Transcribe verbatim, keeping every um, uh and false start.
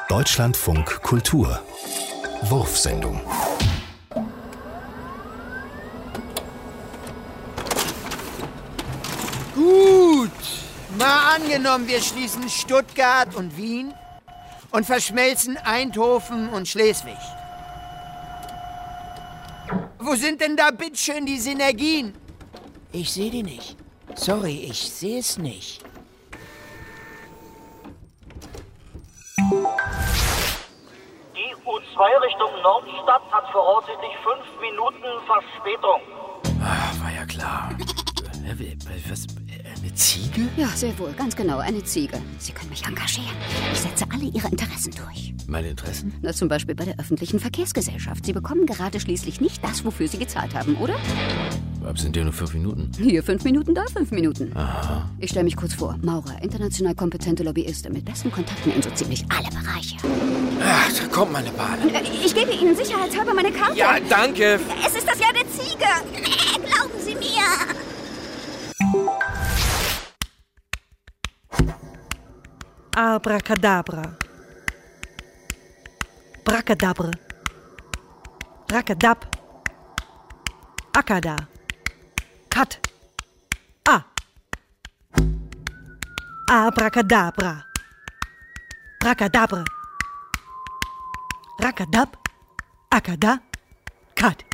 Deutschlandfunk Kultur. Wurfsendung. Gut. Mal angenommen, wir schließen Stuttgart und Wien und verschmelzen Eindhoven und Schleswig. Wo sind denn da bitteschön die Synergien? Ich sehe die nicht. Sorry, ich sehe es nicht. Die U zwei Richtung Nordstadt hat voraussichtlich fünf Minuten Verspätung. Ah, war ja klar. Was? Eine Ziege? Ja, sehr wohl, ganz genau, eine Ziege. Sie können mich engagieren. Ich setze alle Ihre Interessen durch. Meine Interessen? Na, zum Beispiel bei der öffentlichen Verkehrsgesellschaft. Sie bekommen gerade schließlich nicht das, wofür Sie gezahlt haben, oder? Aber sind ja nur fünf Minuten. Hier fünf Minuten, da fünf Minuten. Aha. Ich stelle mich kurz vor. Maurer, international kompetente Lobbyistin mit besten Kontakten in so ziemlich alle Bereiche. Ach, da kommt meine Bahn. Ich gebe Ihnen sicherheitshalber meine Karte. Ja, danke. Es ist das Jahr der Ziege. Glauben Sie mir. Abracadabra. Bracadabra. Bracadab. Akada. Kat. A. Abracadabra. Bracadabra. Rakadab. Akada. Kat.